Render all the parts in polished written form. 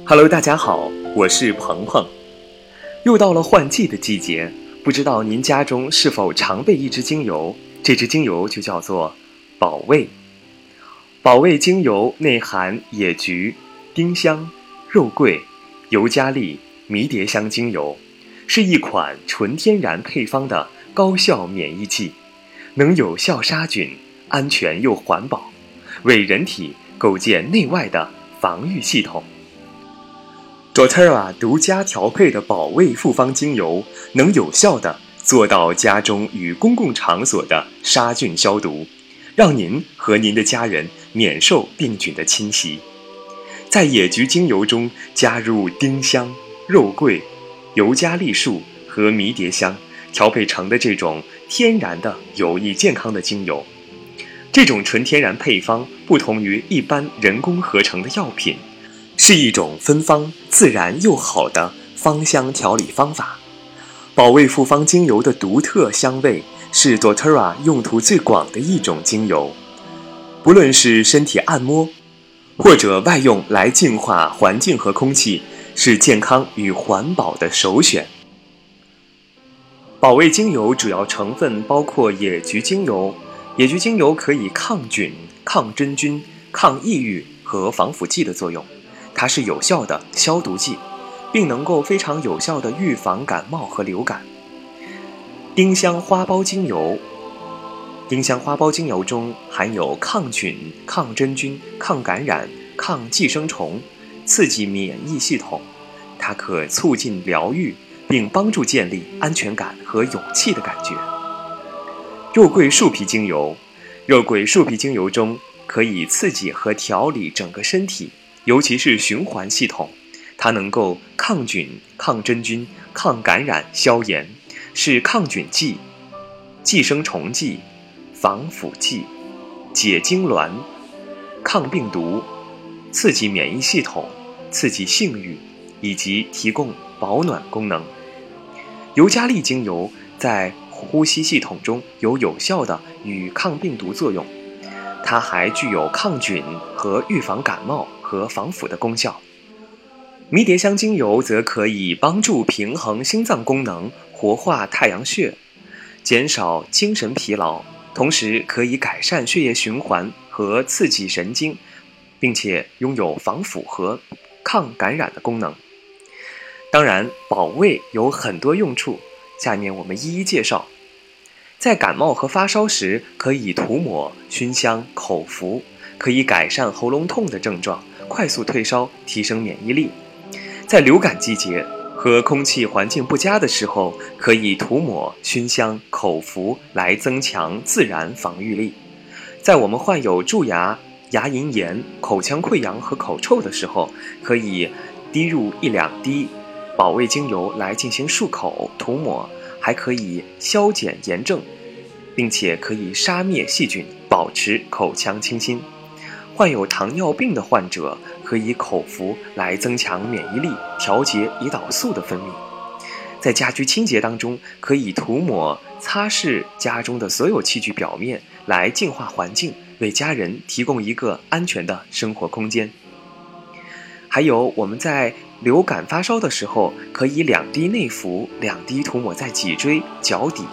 Hello， 大家好，我是鹏鹏。又到了换季的季节，不知道您家中是否常备一支精油？这支精油就叫做保卫。保卫精油内含野菊、丁香、肉桂、尤加利、迷迭香精油，是一款纯天然配方的高效免疫剂，能有效杀菌，安全又环保，为人体构建内外的防御系统。doTERRA 独家调配的保卫复方精油，能有效地做到家中与公共场所的杀菌消毒，让您和您的家人免受病菌的侵袭。在野菊精油中加入丁香、肉桂、尤加利树和迷迭香，调配成的这种天然的有益健康的精油。这种纯天然配方不同于一般人工合成的药品，是一种芬芳自然又好的芳香调理方法。保卫复方精油的独特香味是 doTERRA 用途最广的一种精油，不论是身体按摩，或者外用来净化环境和空气，是健康与环保的首选。保卫精油主要成分包括野菊精油，野菊精油可以抗菌、抗真菌、抗抑郁和防腐剂的作用，它是有效的消毒剂，并能够非常有效地预防感冒和流感。丁香花苞精油，丁香花苞精油中含有抗菌、抗真菌、抗感染、抗寄生虫，刺激免疫系统，它可促进疗愈，并帮助建立安全感和勇气的感觉。肉桂树皮精油，肉桂树皮精油中可以刺激和调理整个身体，尤其是循环系统，它能够抗菌、抗真菌、抗感染、消炎，是抗菌剂、寄生虫剂、防腐剂、解痉挛、抗病毒、刺激免疫系统、刺激性欲，以及提供保暖功能。尤加利精油在呼吸系统中有效的与抗病毒作用，它还具有抗菌和预防感冒和防腐的功效。迷迭香精油则可以帮助平衡心脏功能，活化太阳穴，减少精神疲劳，同时可以改善血液循环和刺激神经，并且拥有防腐和抗感染的功能。当然，保卫有很多用处，下面我们一一介绍。在感冒和发烧时，可以涂抹、熏香、口服，可以改善喉咙痛的症状，快速退烧，提升免疫力。在流感季节和空气环境不佳的时候，可以涂抹、熏香、口服来增强自然防御力。在我们患有蛀牙、牙龈炎、口腔溃疡和口臭的时候，可以滴入1-2滴保卫精油来进行漱口涂抹，还可以消减炎症，并且可以杀灭细菌，保持口腔清新。患有糖尿病的患者可以口服来增强免疫力，调节胰岛素的分泌。在家居清洁当中，可以涂抹擦拭家中的所有器具表面，来净化环境，为家人提供一个安全的生活空间。还有我们在流感发烧的时候，可以2滴内服，2滴涂抹在脊椎、脚底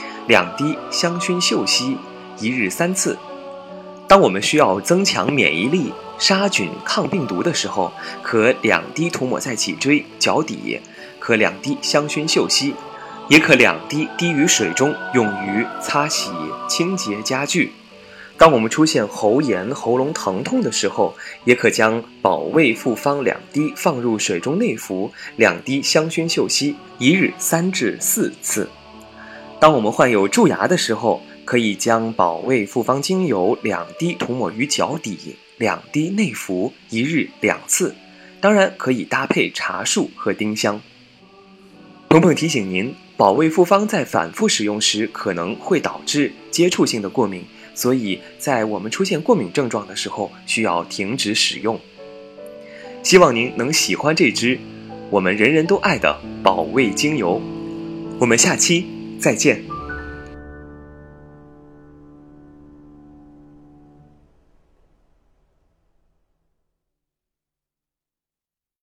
，2滴香薰嗅吸，1日3次。当我们需要增强免疫力、杀菌、抗病毒的时候，可2滴涂抹在脊椎、脚底，可2滴香薰嗅吸，也可2滴滴于水中，用于擦洗、清洁家具。当我们出现喉炎、喉咙疼痛的时候，也可将保卫复方2滴放入水中内服，2滴香薰嗅吸，1日3至4次。当我们患有蛀牙的时候，可以将保卫复方精油2滴涂抹于脚底，2滴内服，1日2次。当然可以搭配茶树和丁香。鹏鹏提醒您，保卫复方在反复使用时可能会导致接触性的过敏，所以在我们出现过敏症状的时候，需要停止使用。希望您能喜欢这支我们人人都爱的保卫精油。我们下期再见。